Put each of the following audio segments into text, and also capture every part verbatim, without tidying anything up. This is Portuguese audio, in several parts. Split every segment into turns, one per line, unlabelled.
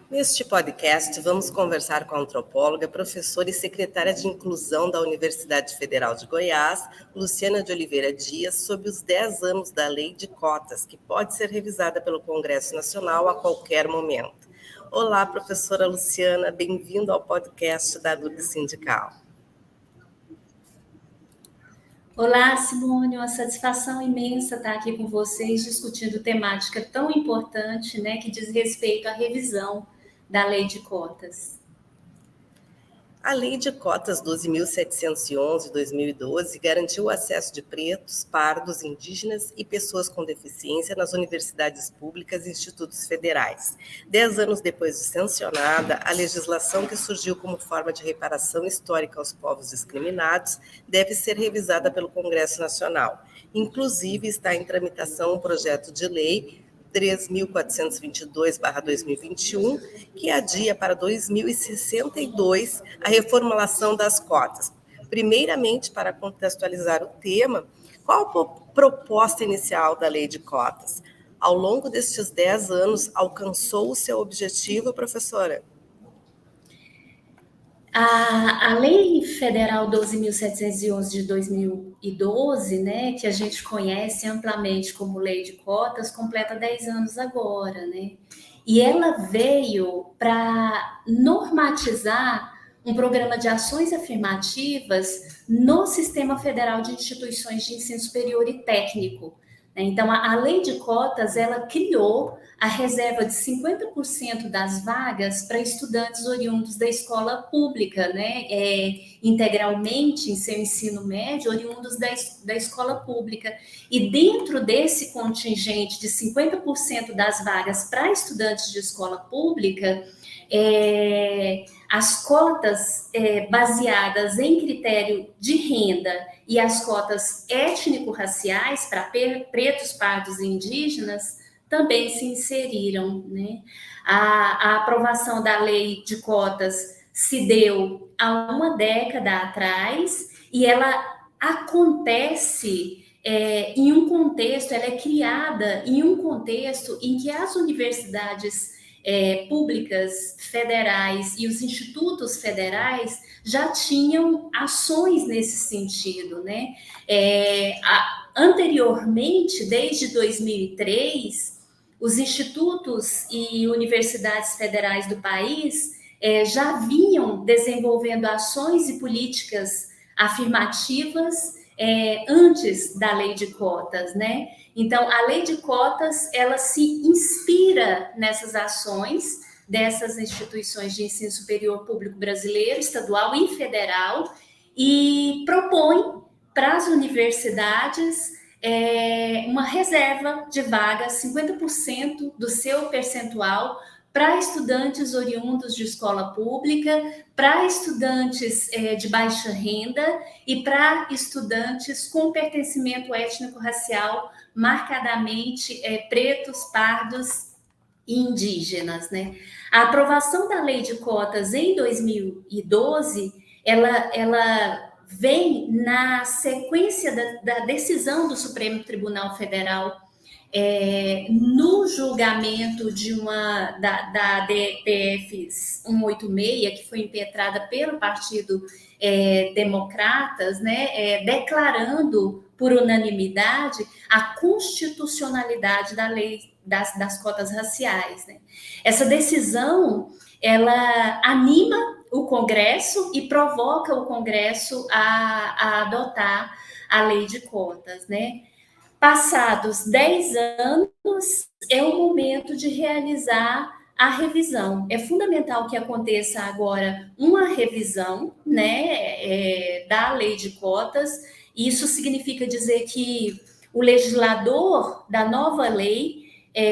Neste podcast, vamos conversar com a antropóloga, professora e secretária de Inclusão da Universidade Federal de Goiás, Luciana de Oliveira Dias, sobre os dez anos da Lei de Cotas, que pode ser revisada pelo Congresso Nacional a qualquer momento. Olá, professora Luciana, bem-vinda ao podcast da D U C Sindical.
Olá, Simone, uma satisfação imensa estar aqui com vocês discutindo temática tão importante, né, que diz respeito à revisão da Lei de Cotas.
A Lei de Cotas doze mil setecentos e onze de dois mil e doze garantiu o acesso de pretos, pardos, indígenas e pessoas com deficiência nas universidades públicas e institutos federais. Dez anos depois de sancionada, a legislação que surgiu como forma de reparação histórica aos povos discriminados deve ser revisada pelo Congresso Nacional. Inclusive, está em tramitação um projeto de lei três mil quatrocentos e vinte e dois barra dois mil e vinte e um, que adia para dois mil e sessenta e dois a reformulação das cotas. Primeiramente, para contextualizar o tema, qual a proposta inicial da Lei de Cotas? Ao longo destes dez anos, alcançou o seu objetivo, professora?
A, a Lei Federal doze mil setecentos e onze de dois mil e doze, né, que a gente conhece amplamente como Lei de Cotas, completa dez anos agora, né? E ela veio para normatizar um programa de ações afirmativas no Sistema Federal de Instituições de Ensino Superior e Técnico. Então, a, a Lei de Cotas, ela criou a reserva de cinquenta por cento das vagas para estudantes oriundos da escola pública, né? É, integralmente em seu ensino médio, oriundos da, da escola pública. E dentro desse contingente de cinquenta por cento das vagas para estudantes de escola pública, é, as cotas é, baseadas em critério de renda e as cotas étnico-raciais para pretos, pardos e indígenas também se inseriram, né? A, a aprovação da lei de cotas se deu há uma década atrás e ela acontece é, em um contexto, ela é criada em um contexto em que as universidades é, públicas federais e os institutos federais já tinham ações nesse sentido, né? É, a, anteriormente, desde dois mil e três, os institutos e universidades federais do país eh, já vinham desenvolvendo ações e políticas afirmativas eh, antes da lei de cotas, né? Então, a lei de cotas, ela se inspira nessas ações dessas instituições de ensino superior público brasileiro, estadual e federal, e propõe para as universidades É uma reserva de vagas, cinquenta por cento do seu percentual para estudantes oriundos de escola pública, para estudantes é, de baixa renda e para estudantes com pertencimento étnico-racial marcadamente é, pretos, pardos e indígenas, né? A aprovação da lei de cotas em dois mil e doze, ela... ela vem na sequência da, da decisão do Supremo Tribunal Federal é, no julgamento de uma da, da D P F cento e oitenta e seis, que foi impetrada pelo Partido é, Democratas, né, é, declarando por unanimidade a constitucionalidade da lei das, das cotas raciais, né? Essa decisão, ela anima o Congresso e provoca o Congresso a, a adotar a lei de cotas, né? Passados dez anos, é o momento de realizar a revisão. É fundamental que aconteça agora uma revisão, né, é, da lei de cotas. Isso significa dizer que o legislador da nova lei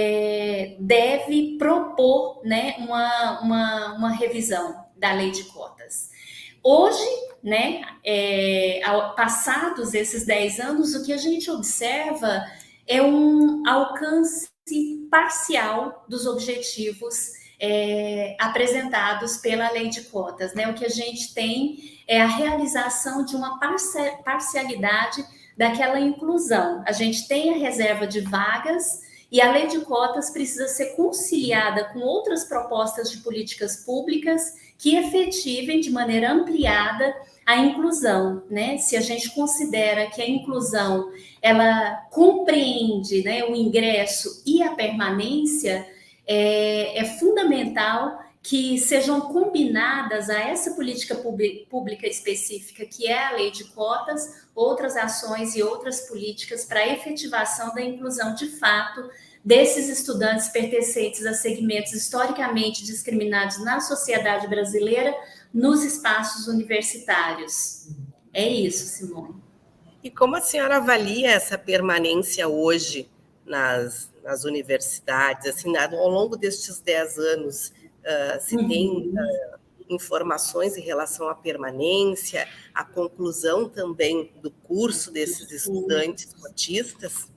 é, deve propor, né, uma, uma, uma revisão da lei de cotas. Hoje, né, é, passados esses dez anos, o que a gente observa é um alcance parcial dos objetivos é, apresentados pela lei de cotas, né? O que a gente tem é a realização de uma parcialidade daquela inclusão. A gente tem a reserva de vagas E a lei de cotas precisa ser conciliada com outras propostas de políticas públicas que efetivem de maneira ampliada a inclusão, né? Se a gente considera que a inclusão ela compreende, né, o ingresso e a permanência, é, é fundamental que sejam combinadas a essa política pública específica, que é a lei de cotas, outras ações e outras políticas para a efetivação da inclusão de fato desses estudantes pertencentes a segmentos historicamente discriminados na sociedade brasileira, nos espaços universitários. É isso, Simone.
E como a senhora avalia essa permanência hoje nas, nas universidades? Assim, ao longo destes dez anos, Uh, se uhum. tem uh, informações em relação à permanência, à conclusão também do curso desses estudantes cotistas?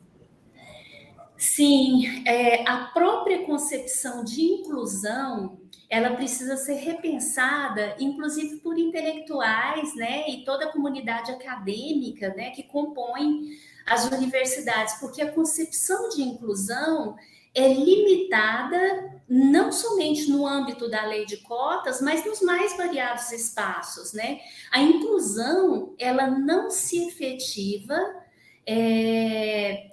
Sim, é, a própria concepção de inclusão, ela precisa ser repensada, inclusive por intelectuais, né, e toda a comunidade acadêmica, né, que compõe as universidades, porque a concepção de inclusão é limitada não somente no âmbito da lei de cotas, mas nos mais variados espaços, né? A inclusão, ela não se efetiva é,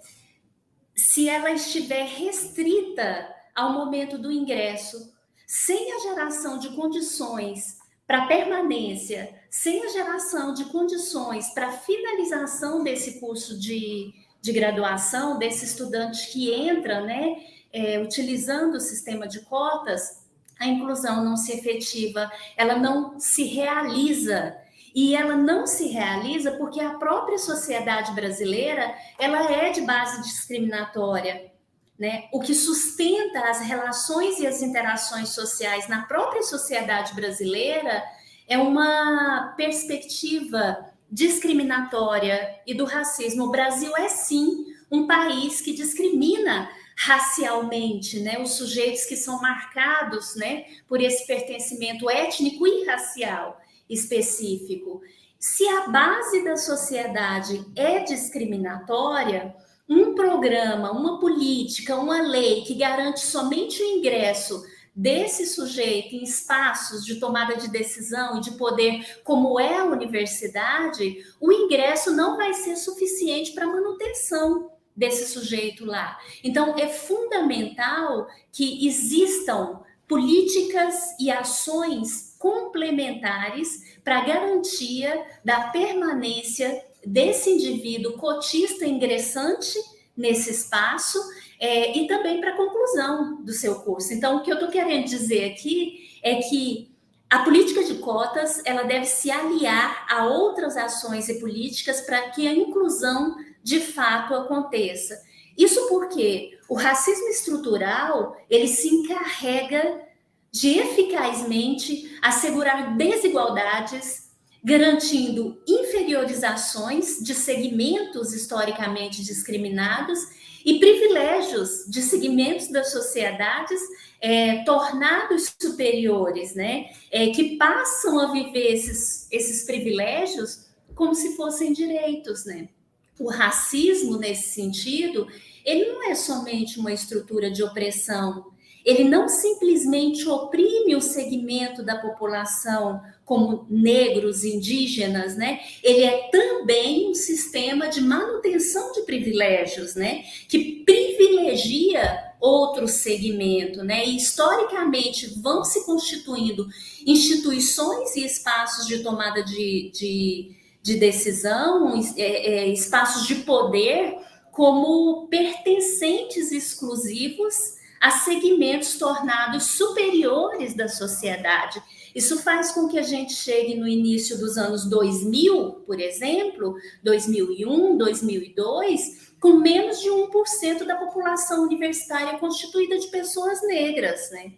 se ela estiver restrita ao momento do ingresso, sem a geração de condições para permanência, sem a geração de condições para finalização desse curso de, de graduação, desse estudante que entra, né? É, utilizando o sistema de cotas, a inclusão não se efetiva, ela não se realiza. E ela não se realiza porque a própria sociedade brasileira, ela é de base discriminatória, né? O que sustenta as relações e as interações sociais na própria sociedade brasileira é uma perspectiva discriminatória e do racismo. O Brasil é, sim, um país que discrimina racialmente, né, os sujeitos que são marcados, né, por esse pertencimento étnico e racial específico. Se a base da sociedade é discriminatória, um programa, uma política, uma lei que garante somente o ingresso desse sujeito em espaços de tomada de decisão e de poder, como é a universidade, o ingresso não vai ser suficiente para a manutenção desse sujeito lá. Então, é fundamental que existam políticas e ações complementares para a garantia da permanência desse indivíduo cotista ingressante nesse espaço é, e também para a conclusão do seu curso. Então, o que eu estou querendo dizer aqui é que a política de cotas ela deve se aliar a outras ações e políticas para que a inclusão de fato aconteça. Isso porque o racismo estrutural, ele se encarrega de eficazmente assegurar desigualdades, garantindo inferiorizações de segmentos historicamente discriminados e privilégios de segmentos das sociedades é, tornados superiores, né? É, que passam a viver esses, esses privilégios como se fossem direitos, né? O racismo, nesse sentido, ele não é somente uma estrutura de opressão, ele não simplesmente oprime o segmento da população como negros, indígenas, né? Ele é também um sistema de manutenção de privilégios, né? Que privilegia outro segmento, né? E historicamente vão se constituindo instituições e espaços de tomada de, de de decisão, é, é, espaços de poder, como pertencentes exclusivos a segmentos tornados superiores da sociedade. Isso faz com que a gente chegue no início dos anos dois mil, por exemplo, dois mil e um, dois mil e dois, com menos de um por cento da população universitária constituída de pessoas negras, né?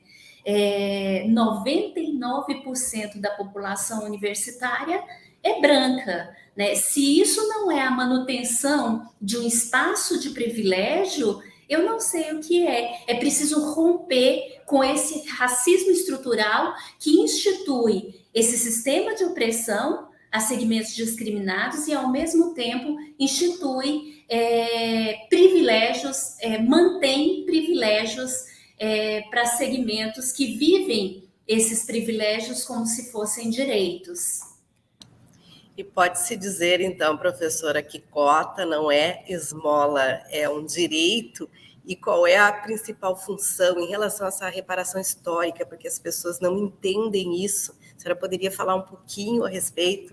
É, noventa e nove por cento da população universitária é branca, né? Se isso não é a manutenção de um espaço de privilégio, eu não sei o que é. É preciso romper com esse racismo estrutural que institui esse sistema de opressão a segmentos discriminados e, ao mesmo tempo, institui é, privilégios, é, mantém privilégios é, para segmentos que vivem esses privilégios como se fossem direitos.
E pode-se dizer, então, professora, que cota não é esmola, é um direito. E qual é a principal função em relação a essa reparação histórica? Porque as pessoas não entendem isso. A senhora poderia falar um pouquinho a respeito?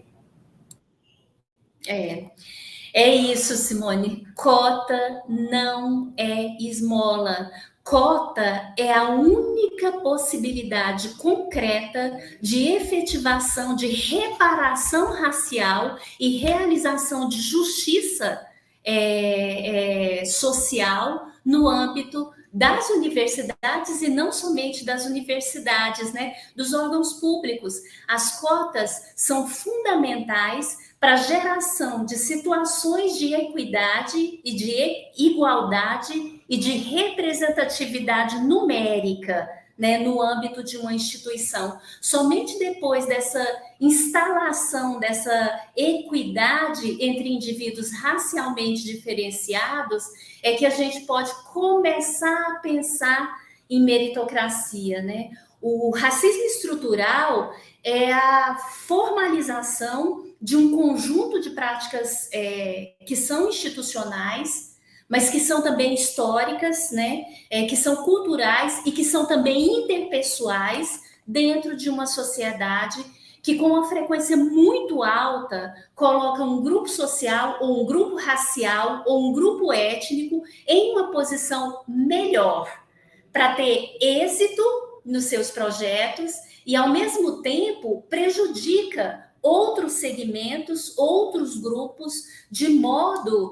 É, é isso, Simone. Cota não é esmola. Cota é a única possibilidade concreta de efetivação de reparação racial e realização de justiça é, é, social no âmbito das universidades e não somente das universidades, né, dos órgãos públicos. As cotas são fundamentais para a geração de situações de equidade e de igualdade e de representatividade numérica, né, no âmbito de uma instituição. Somente depois dessa instalação, dessa equidade entre indivíduos racialmente diferenciados, é que a gente pode começar a pensar em meritocracia, né? O racismo estrutural é a formalização de um conjunto de práticas é, que são institucionais, mas que são também históricas, né? É, que são culturais e que são também interpessoais dentro de uma sociedade que, com uma frequência muito alta, coloca um grupo social, ou um grupo racial, ou um grupo étnico em uma posição melhor para ter êxito nos seus projetos e, ao mesmo tempo, prejudica outros segmentos, outros grupos, de modo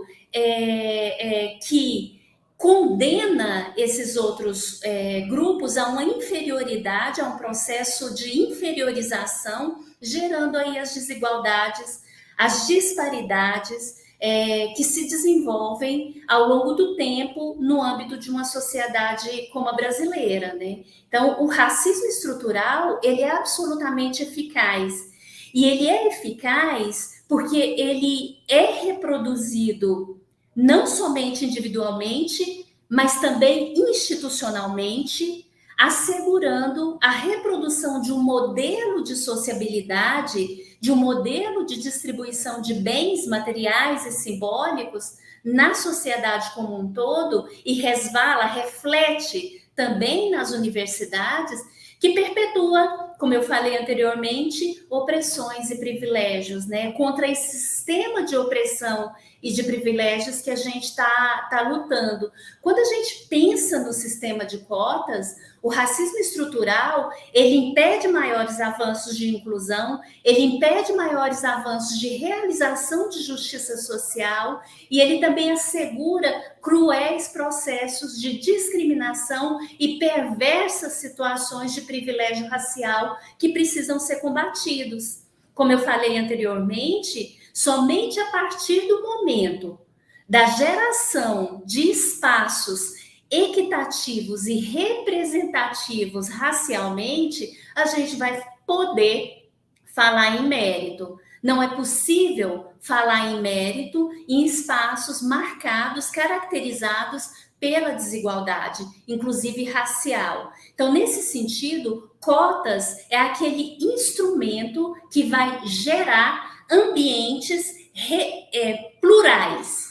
é, é, que condena esses outros é, grupos a uma inferioridade, a um processo de inferiorização, gerando aí as desigualdades, as disparidades é, que se desenvolvem ao longo do tempo no âmbito de uma sociedade como a brasileira, né? Então, o racismo estrutural, ele é absolutamente eficaz. E ele é eficaz porque ele é reproduzido não somente individualmente, mas também institucionalmente, assegurando a reprodução de um modelo de sociabilidade, de um modelo de distribuição de bens materiais e simbólicos na sociedade como um todo, e resvala, reflete também nas universidades, que perpetua, como eu falei anteriormente, opressões e privilégios, né? Contra esse sistema de opressão e de privilégios que a gente está tá lutando. Quando a gente pensa no sistema de cotas, o racismo estrutural, ele impede maiores avanços de inclusão, ele impede maiores avanços de realização de justiça social e ele também assegura cruéis processos de discriminação e perversas situações de privilégio racial que precisam ser combatidos. Como eu falei anteriormente, somente a partir do momento da geração de espaços equitativos e representativos racialmente, a gente vai poder falar em mérito. Não é possível falar em mérito em espaços marcados, caracterizados pela desigualdade, inclusive racial. Então, nesse sentido, cotas é aquele instrumento que vai gerar ambientes re, é, plurais,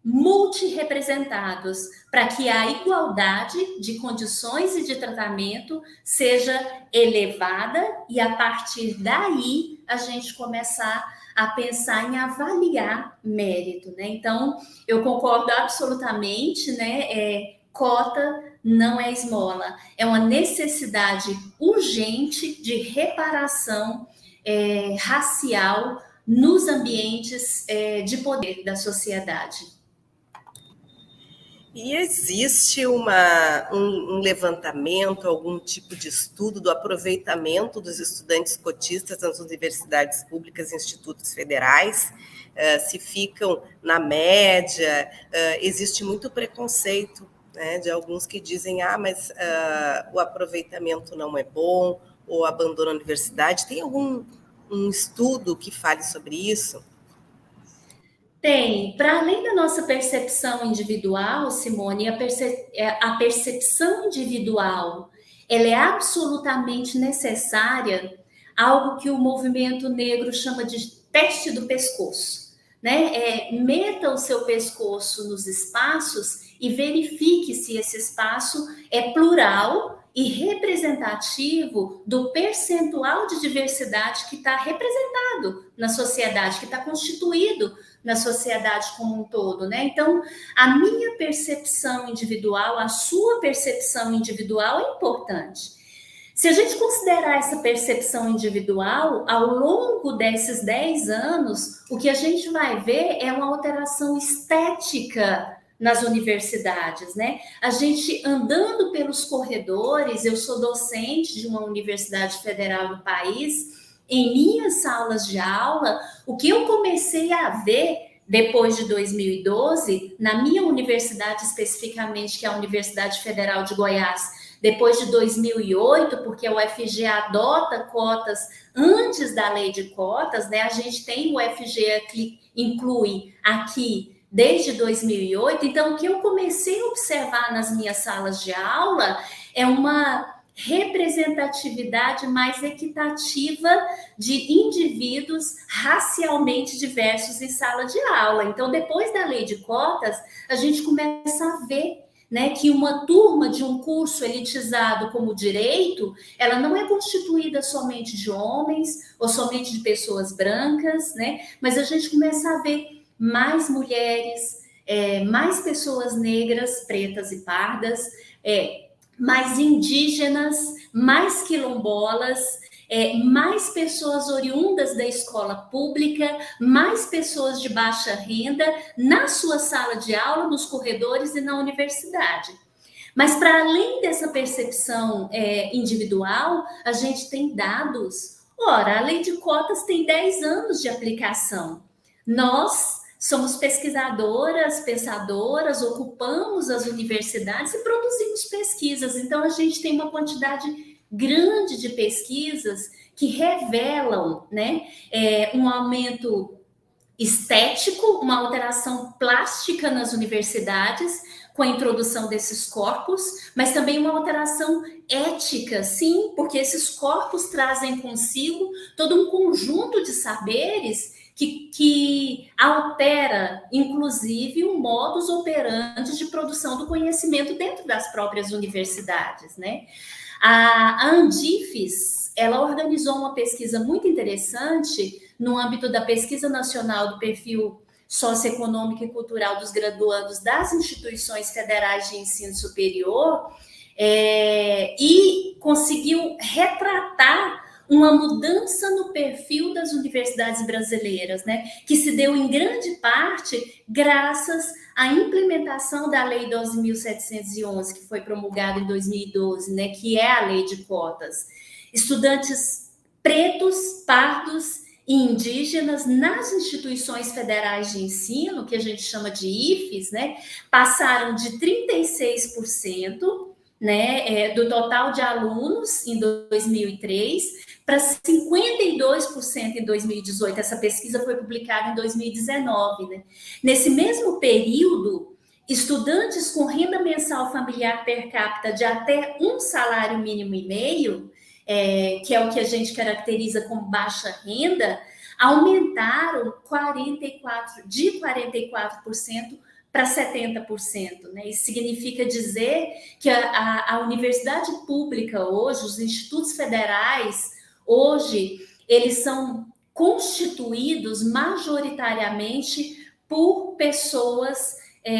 multirepresentados, para que a igualdade de condições e de tratamento seja elevada e, a partir daí, a gente começar a pensar em avaliar mérito, né? Então, eu concordo absolutamente, né? É, cota não é esmola, é uma necessidade urgente de reparação é, racial nos ambientes é, de poder da sociedade.
E existe uma, um, um levantamento, algum tipo de estudo do aproveitamento dos estudantes cotistas nas universidades públicas e institutos federais? Uh, se ficam na média, uh, existe muito preconceito, né, de alguns que dizem, ah, mas uh, o aproveitamento não é bom, ou abandona a universidade. Tem algum, um estudo que fale sobre isso?
Tem. Para além da nossa percepção individual, Simone, a, perce a percepção individual, ela é absolutamente necessária, algo que o movimento negro chama de teste do pescoço, né? É, meta o seu pescoço nos espaços e verifique se esse espaço é plural e representativo do percentual de diversidade que está representado na sociedade, que está constituído na sociedade como um todo, né? Então, a minha percepção individual, a sua percepção individual é importante. Se a gente considerar essa percepção individual, ao longo desses dez anos, o que a gente vai ver é uma alteração estética nas universidades, né? A gente andando pelos corredores, eu sou docente de uma universidade federal do país, em minhas salas de aula, o que eu comecei a ver depois de dois mil e doze, na minha universidade especificamente, que é a Universidade Federal de Goiás, depois de dois mil e oito, porque a U F G adota cotas antes da lei de cotas, né? A gente tem o U F G que inclui aqui desde dois mil e oito, então o que eu comecei a observar nas minhas salas de aula é uma representatividade mais equitativa de indivíduos racialmente diversos em sala de aula. Então, depois da lei de cotas, a gente começa a ver, né, que uma turma de um curso elitizado como direito, ela não é constituída somente de homens ou somente de pessoas brancas, né, mas a gente começa a ver mais mulheres, é, mais pessoas negras, pretas e pardas, é, mais indígenas, mais quilombolas, é, mais pessoas oriundas da escola pública, mais pessoas de baixa renda na sua sala de aula, nos corredores e na universidade. Mas, para além dessa percepção é, individual, a gente tem dados. Ora, a lei de cotas tem dez anos de aplicação. Nós somos pesquisadoras, pensadoras, ocupamos as universidades e produzimos pesquisas. Então, a gente tem uma quantidade grande de pesquisas que revelam, né, é, um aumento estético, uma alteração plástica nas universidades, com a introdução desses corpos, mas também uma alteração ética, sim, porque esses corpos trazem consigo todo um conjunto de saberes Que, que altera, inclusive, o modus operandi de produção do conhecimento dentro das próprias universidades, né? A, a Andifes, ela organizou uma pesquisa muito interessante no âmbito da Pesquisa Nacional do Perfil Socioeconômico e Cultural dos Graduandos das Instituições Federais de Ensino Superior, é, e conseguiu retratar uma mudança no perfil das universidades brasileiras, né, que se deu em grande parte graças à implementação da Lei doze mil setecentos e onze, que foi promulgada em dois mil e doze, né, que é a lei de cotas. Estudantes pretos, pardos e indígenas nas instituições federais de ensino, que a gente chama de I F Es, né, passaram de trinta e seis por cento, né, é, do total de alunos em dois mil e três para cinquenta e dois por cento em dois mil e dezoito. Essa pesquisa foi publicada em dois mil e dezenove. Né? Nesse mesmo período, estudantes com renda mensal familiar per capita de até um salário mínimo e meio, é, que é o que a gente caracteriza como baixa renda, aumentaram quarenta e quatro, de quarenta e quatro por cento para setenta por cento. Né? Isso significa dizer que a, a, a universidade pública hoje, os institutos federais, hoje, eles são constituídos majoritariamente por pessoas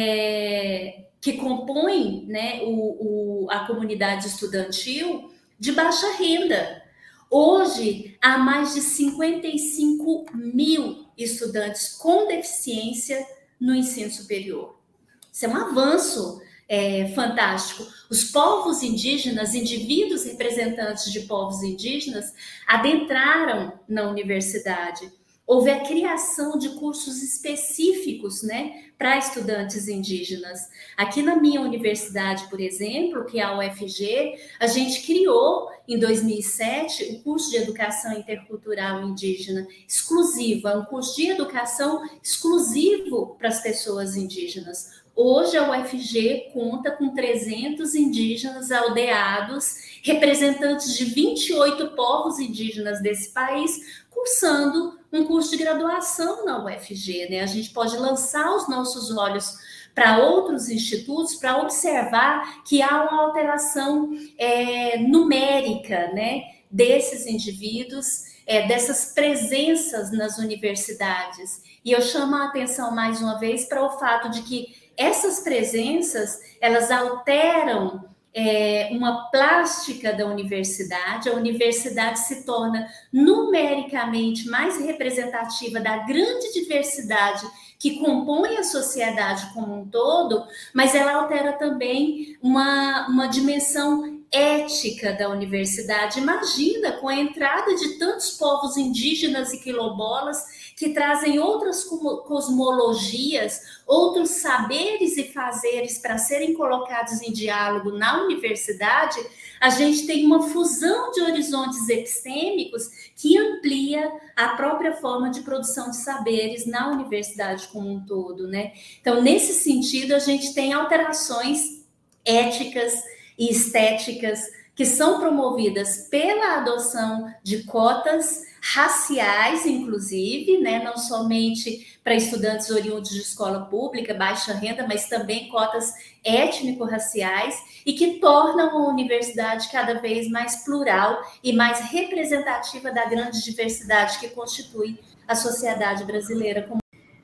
é, que compõem, né, o, o, a comunidade estudantil de baixa renda. Hoje, há mais de cinquenta e cinco mil estudantes com deficiência no ensino superior. Isso é um avanço é, fantástico. Os povos indígenas, indivíduos representantes de povos indígenas, adentraram na universidade. houve a criação de cursos específicos, né, para estudantes indígenas. Aqui na minha universidade, por exemplo, que é a U F G, a gente criou, em dois mil e sete, o curso de Educação Intercultural Indígena exclusivo, é um curso de educação exclusivo para as pessoas indígenas. Hoje, a U F G conta com trezentos indígenas aldeados, representantes de vinte e oito povos indígenas desse país, cursando um curso de graduação na U F G, né? A gente pode lançar os nossos olhos para outros institutos para observar que há uma alteração é, numérica, né, desses indivíduos, é, dessas presenças nas universidades. E eu chamo a atenção mais uma vez para o fato de que essas presenças, elas alteram É, uma plástica da universidade, a universidade se torna numericamente mais representativa da grande diversidade que compõe a sociedade como um todo, mas ela altera também uma, uma dimensão ética da universidade. Imagina, com a entrada de tantos povos indígenas e quilombolas que trazem outras cosmologias, outros saberes e fazeres para serem colocados em diálogo na universidade, a gente tem uma fusão de horizontes epistêmicos que amplia a própria forma de produção de saberes na universidade como um todo, né? Então, nesse sentido, a gente tem alterações éticas e estéticas que são promovidas pela adoção de cotas raciais, inclusive, né, não somente para estudantes oriundos de escola pública, baixa renda, mas também cotas étnico-raciais, e que tornam a universidade cada vez mais plural e mais representativa da grande diversidade que constitui a sociedade brasileira. Como...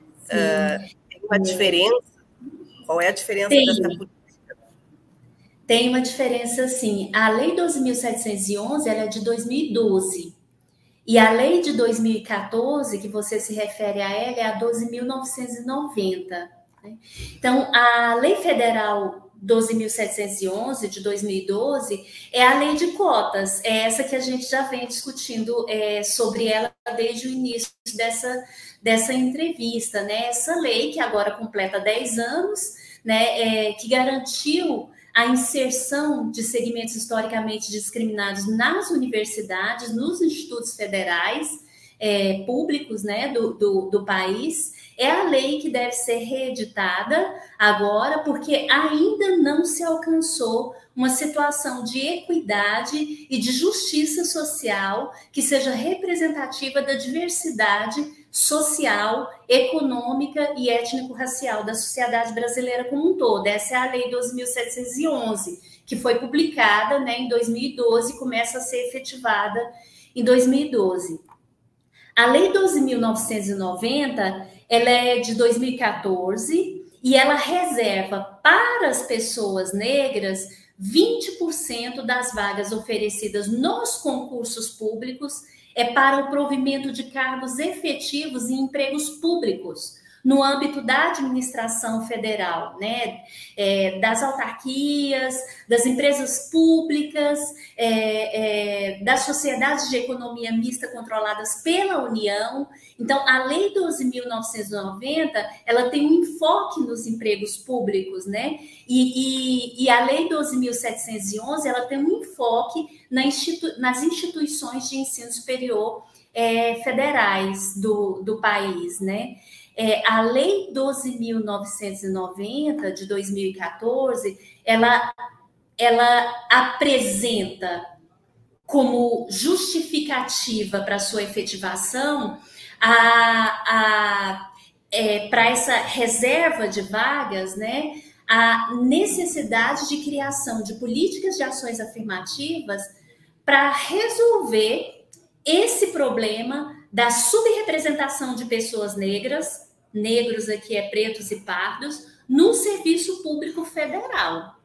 Uh, tem uma diferença? Qual é a diferença
tem.
dessa política?
Tem uma diferença, sim. A Lei doze mil setecentos e onze, ela é de dois mil e doze. E a lei de dois mil e quatorze, que você se refere a ela, é a doze mil novecentos e noventa. Né? Então, a Lei Federal doze mil setecentos e onze, de dois mil e doze, é a lei de cotas. É essa que a gente já vem discutindo é, sobre ela desde o início dessa, dessa entrevista. Né? Essa lei, que agora completa dez anos, né, é, que garantiu a inserção de segmentos historicamente discriminados nas universidades, nos institutos federais é, públicos, né, do, do, do país, é a lei que deve ser reeditada agora, porque ainda não se alcançou uma situação de equidade e de justiça social que seja representativa da diversidade social, econômica e étnico-racial da sociedade brasileira como um todo. Essa é a Lei doze mil setecentos e onze, que foi publicada, né, em dois mil e doze e começa a ser efetivada em dois mil e doze. A Lei doze mil novecentos e noventa, ela é de dois mil e quatorze e ela reserva para as pessoas negras vinte por cento das vagas oferecidas nos concursos públicos é para o provimento de cargos efetivos em empregos públicos, no âmbito da administração federal, né? É, das autarquias, das empresas públicas, é, é, das sociedades de economia mista controladas pela União. Então, a Lei doze mil novecentos e noventa, ela tem um enfoque nos empregos públicos, né? E, e, e a Lei doze mil setecentos e onze, ela tem um enfoque na institu- nas instituições de ensino superior é, federais do, do país, né? É, a Lei doze mil novecentos e noventa, de dois mil e quatorze, ela, ela apresenta como justificativa para sua efetivação a, a, é, para essa reserva de vagas, né, a necessidade de criação de políticas de ações afirmativas para resolver esse problema da subrepresentação de pessoas negras, negros aqui é pretos e pardos, no serviço público federal.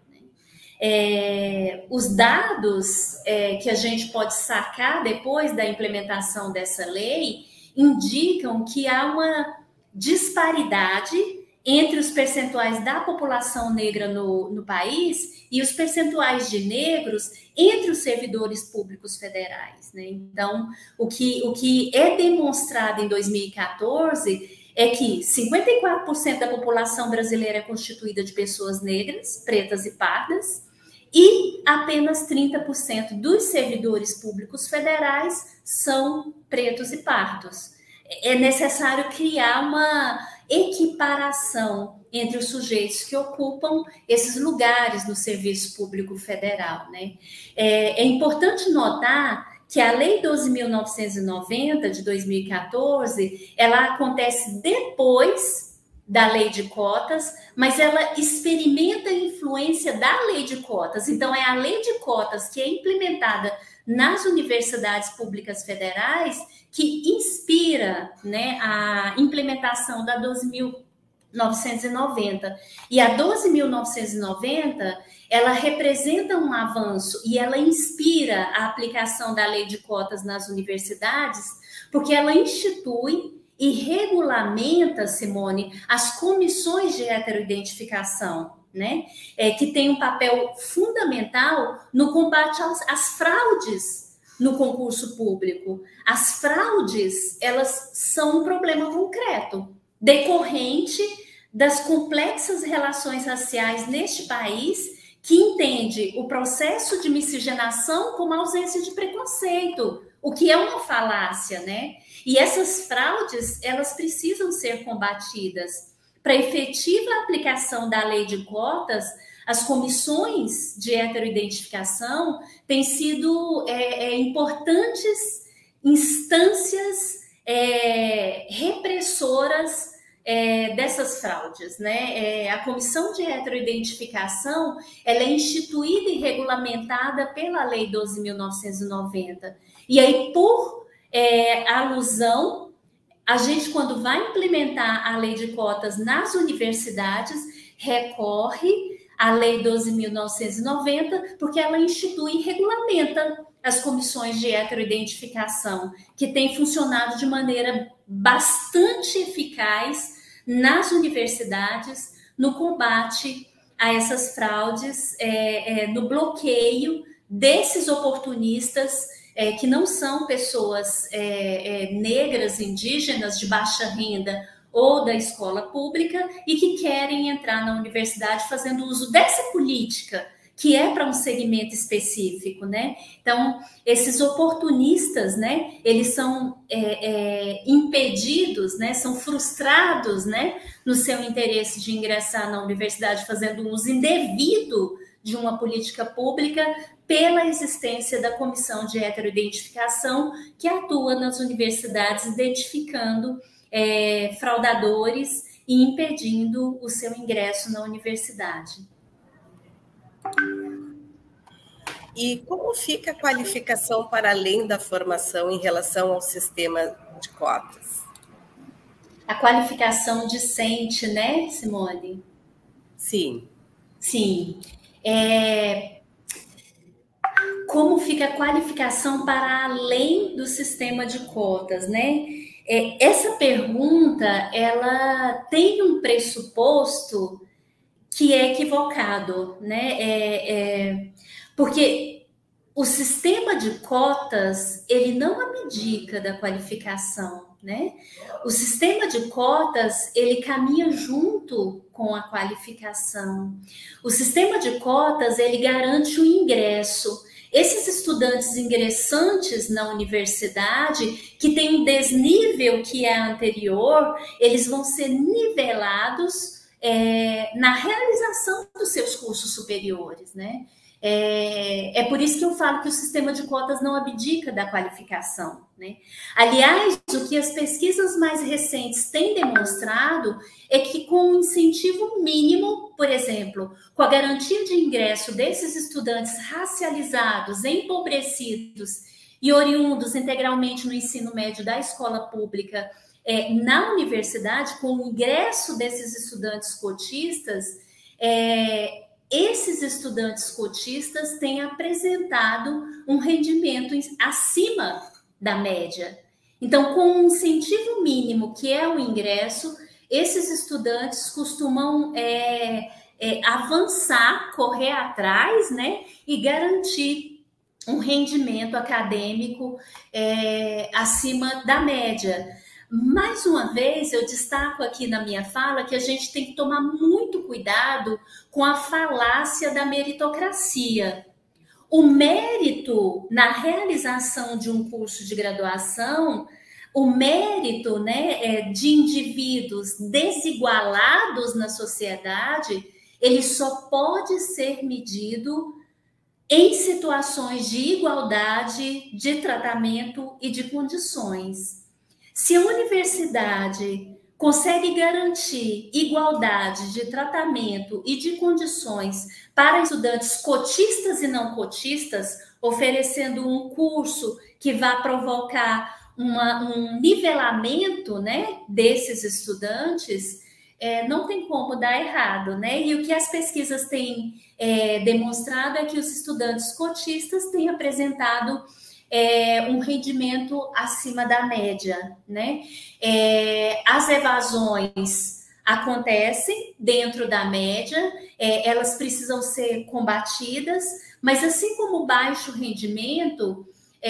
É, os dados é, que a gente pode sacar depois da implementação dessa lei indicam que há uma disparidade entre os percentuais da população negra no, no país e os percentuais de negros entre os servidores públicos federais, né? Então, o que, o que é demonstrado em dois mil e quatorze é que cinquenta e quatro por cento da população brasileira é constituída de pessoas negras, pretas e pardas, e apenas trinta por cento dos servidores públicos federais são pretos e pardos. É necessário criar uma equiparação entre os sujeitos que ocupam esses lugares no serviço público federal, né? É, é importante notar que a Lei doze mil novecentos e noventa, de dois mil e quatorze, ela acontece depois da Lei de Cotas, mas ela experimenta a influência da Lei de Cotas. Então, é a Lei de Cotas que é implementada nas universidades públicas federais que inspira, né, a implementação da doze mil novecentos e noventa. E a doze mil novecentos e noventa, ela representa um avanço e ela inspira a aplicação da lei de cotas nas universidades, porque ela institui e regulamenta, Simone, as comissões de heteroidentificação, né? É, que tem um papel fundamental no combate às, às fraudes no concurso público. As fraudes, elas são um problema concreto, decorrente das complexas relações raciais neste país, que entende o processo de miscigenação como ausência de preconceito, o que é uma falácia, né? E essas fraudes, elas precisam ser combatidas. Para efetiva aplicação da lei de cotas, as comissões de heteroidentificação têm sido é, é, importantes instâncias é, repressoras é, dessas fraudes, né? É, a comissão de heteroidentificação, ela é instituída e regulamentada pela Lei doze mil novecentos e noventa. E aí, por é, alusão, a gente, quando vai implementar a lei de cotas nas universidades, recorre à Lei doze mil novecentos e noventa, porque ela institui e regulamenta as comissões de heteroidentificação, que tem funcionado de maneira bastante eficaz nas universidades no combate a essas fraudes, é, é, no bloqueio desses oportunistas é, que não são pessoas é, é, negras, indígenas, de baixa renda ou da escola pública e que querem entrar na universidade fazendo uso dessa política, que é para um segmento específico, né? Então, esses oportunistas, né, eles são é, é, impedidos, né, são frustrados, né, no seu interesse de ingressar na universidade fazendo um uso indevido de uma política pública pela existência da comissão de heteroidentificação que atua nas universidades identificando é, fraudadores e impedindo o seu ingresso na universidade.
E como fica a qualificação para além da formação em relação ao sistema de cotas?
A qualificação discente, né, Simone?
Sim.
Sim. É... Como fica a qualificação para além do sistema de cotas, né? É, essa pergunta, ela tem um pressuposto que é equivocado, né? É, é, porque o sistema de cotas, ele não abdica da qualificação, né? O sistema de cotas, ele caminha junto com a qualificação. O sistema de cotas, ele garante o ingresso. Esses estudantes ingressantes na universidade, que tem um desnível que é anterior, eles vão ser nivelados É, na realização dos seus cursos superiores, né? É, é por isso que eu falo que o sistema de cotas não abdica da qualificação, né? Aliás, o que as pesquisas mais recentes têm demonstrado é que com um incentivo mínimo, por exemplo, com a garantia de ingresso desses estudantes racializados, empobrecidos e oriundos integralmente no ensino médio da escola pública, É, na universidade, com o ingresso desses estudantes cotistas, é, esses estudantes cotistas têm apresentado um rendimento acima da média. Então, com um incentivo mínimo, que é o ingresso, esses estudantes costumam é, é, avançar, correr atrás, né, e garantir um rendimento acadêmico é, acima da média. Mais uma vez, eu destaco aqui na minha fala que a gente tem que tomar muito cuidado com a falácia da meritocracia. O mérito na realização de um curso de graduação, o mérito, né, de indivíduos desigualados na sociedade, ele só pode ser medido em situações de igualdade, de tratamento e de condições. Se a universidade consegue garantir igualdade de tratamento e de condições para estudantes cotistas e não cotistas, oferecendo um curso que vá provocar uma, um nivelamento, né, desses estudantes, é, não tem como dar errado, né? E o que as pesquisas têm é, demonstrado é que os estudantes cotistas têm apresentado É, um rendimento acima da média, né? É, as evasões acontecem dentro da média, é, elas precisam ser combatidas, mas assim como o baixo rendimento,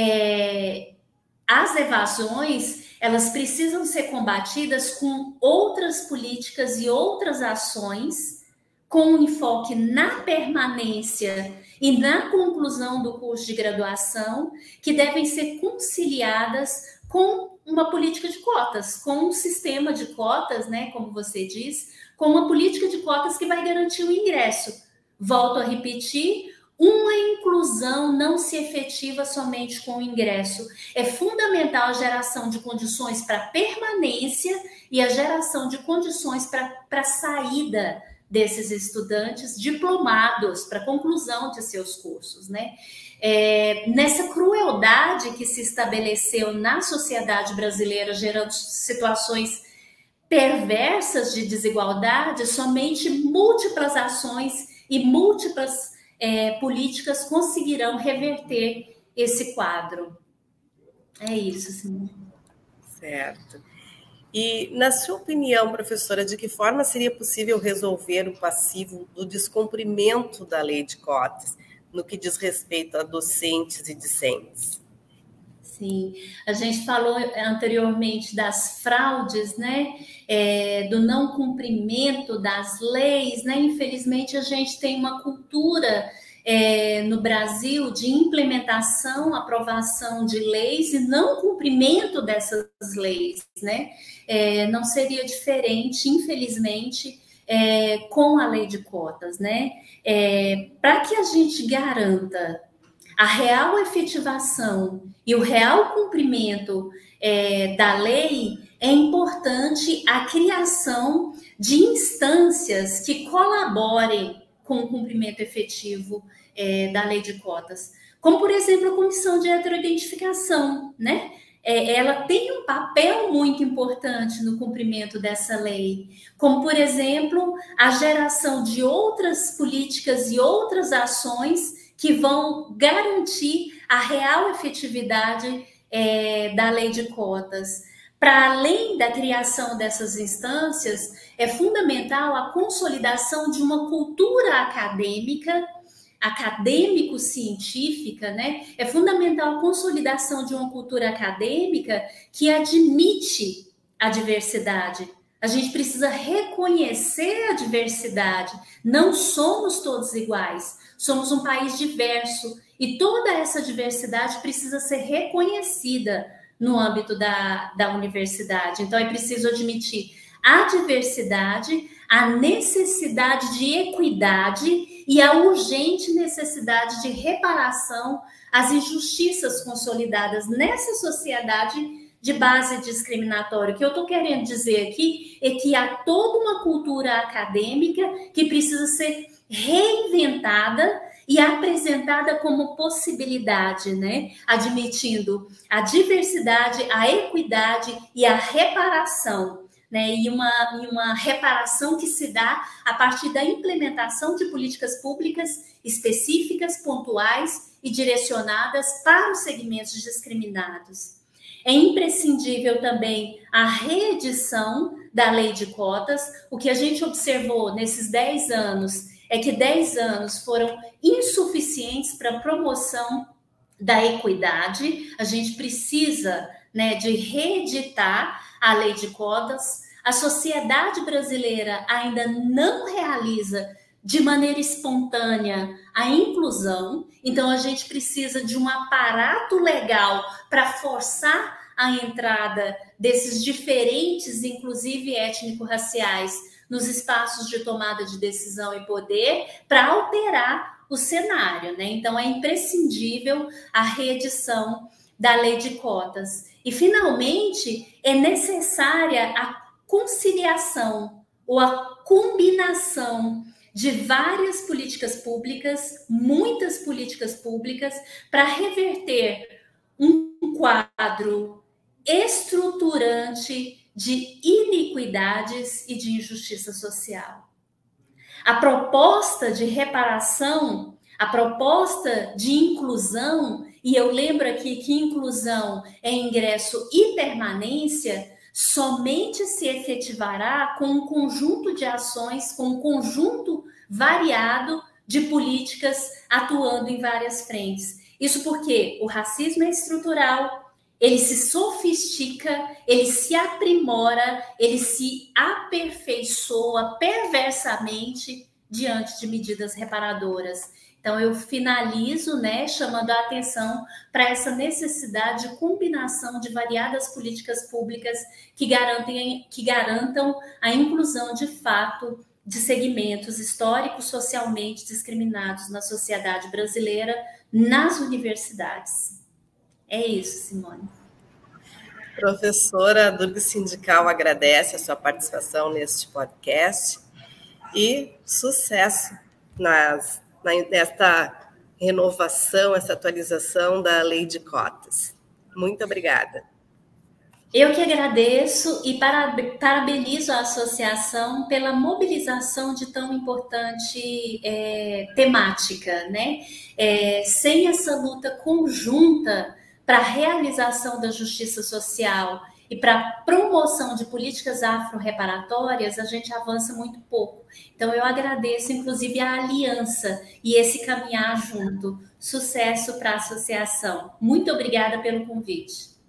é, as evasões, elas precisam ser combatidas com outras políticas e outras ações, com um enfoque na permanência e na conclusão do curso de graduação, que devem ser conciliadas com uma política de cotas, com um sistema de cotas, né, como você diz, com uma política de cotas que vai garantir o ingresso. Volto a repetir, uma inclusão não se efetiva somente com o ingresso. É fundamental a geração de condições para permanência e a geração de condições para saída desses estudantes diplomados para a conclusão de seus cursos, né? É, nessa crueldade que se estabeleceu na sociedade brasileira, gerando situações perversas de desigualdade, somente múltiplas ações e múltiplas é, políticas conseguirão reverter esse quadro. É isso, sim.
Certo. E, na sua opinião, professora, de que forma seria possível resolver o passivo do descumprimento da lei de cotas, no que diz respeito a docentes e discentes?
Sim, a gente falou anteriormente das fraudes, né? É, do não cumprimento das leis, né? Infelizmente, a gente tem uma cultura É, no Brasil de implementação, aprovação de leis e não cumprimento dessas leis, né? É, não seria diferente, infelizmente, é, com a lei de cotas, né? É, para que a gente garanta a real efetivação e o real cumprimento é, da lei, é importante a criação de instâncias que colaborem com o cumprimento efetivo é, da lei de cotas. Como, por exemplo, a Comissão de Heteroidentificação, né? É, ela tem um papel muito importante no cumprimento dessa lei. Como, por exemplo, a geração de outras políticas e outras ações que vão garantir a real efetividade é, da lei de cotas. Para além da criação dessas instâncias, é fundamental a consolidação de uma cultura acadêmica, acadêmico-científica, né? É fundamental a consolidação de uma cultura acadêmica que admite a diversidade. A gente precisa reconhecer a diversidade. Não somos todos iguais, somos um país diverso e toda essa diversidade precisa ser reconhecida no âmbito da, da universidade. Então, é preciso admitir a diversidade, a necessidade de equidade e a urgente necessidade de reparação às injustiças consolidadas nessa sociedade de base discriminatória. O que eu estou querendo dizer aqui é que há toda uma cultura acadêmica que precisa ser reinventada e apresentada como possibilidade, né? Admitindo a diversidade, a equidade e a reparação, né? E uma, e uma reparação que se dá a partir da implementação de políticas públicas específicas, pontuais e direcionadas para os segmentos discriminados. É imprescindível também a reedição da lei de cotas. O que a gente observou nesses dez anos é que dez anos foram insuficientes para a promoção da equidade. A gente precisa, né, de reeditar a lei de cotas. A sociedade brasileira ainda não realiza de maneira espontânea a inclusão, então a gente precisa de um aparato legal para forçar a entrada desses diferentes, inclusive étnico-raciais, nos espaços de tomada de decisão e poder, para alterar o cenário, né? Então é imprescindível a reedição da lei de cotas. E, finalmente, é necessária a conciliação ou a combinação de várias políticas públicas, muitas políticas públicas, para reverter um quadro estruturante de iniquidades e de injustiça social. A proposta de reparação, a proposta de inclusão, e eu lembro aqui que inclusão é ingresso e permanência, somente se efetivará com um conjunto de ações, com um conjunto variado de políticas atuando em várias frentes. Isso porque o racismo é estrutural, ele se sofistica, ele se aprimora, ele se aperfeiçoa perversamente diante de medidas reparadoras. Então, eu finalizo, né, chamando a atenção para essa necessidade de combinação de variadas políticas públicas que, garantem, que garantam a inclusão de fato de segmentos históricos socialmente discriminados na sociedade brasileira, nas universidades. É isso, Simone.
Professora Durga Sindical agradece a sua participação neste podcast e sucesso nas, nesta renovação, essa atualização da lei de cotas. Muito obrigada.
Eu que agradeço e parabenizo a associação pela mobilização de tão importante é, temática, né? É, sem essa luta conjunta para a realização da justiça social e para a promoção de políticas afro-reparatórias, a gente avança muito pouco. Então, eu agradeço, inclusive, a aliança e esse caminhar junto. Sucesso para a associação. Muito obrigada pelo convite.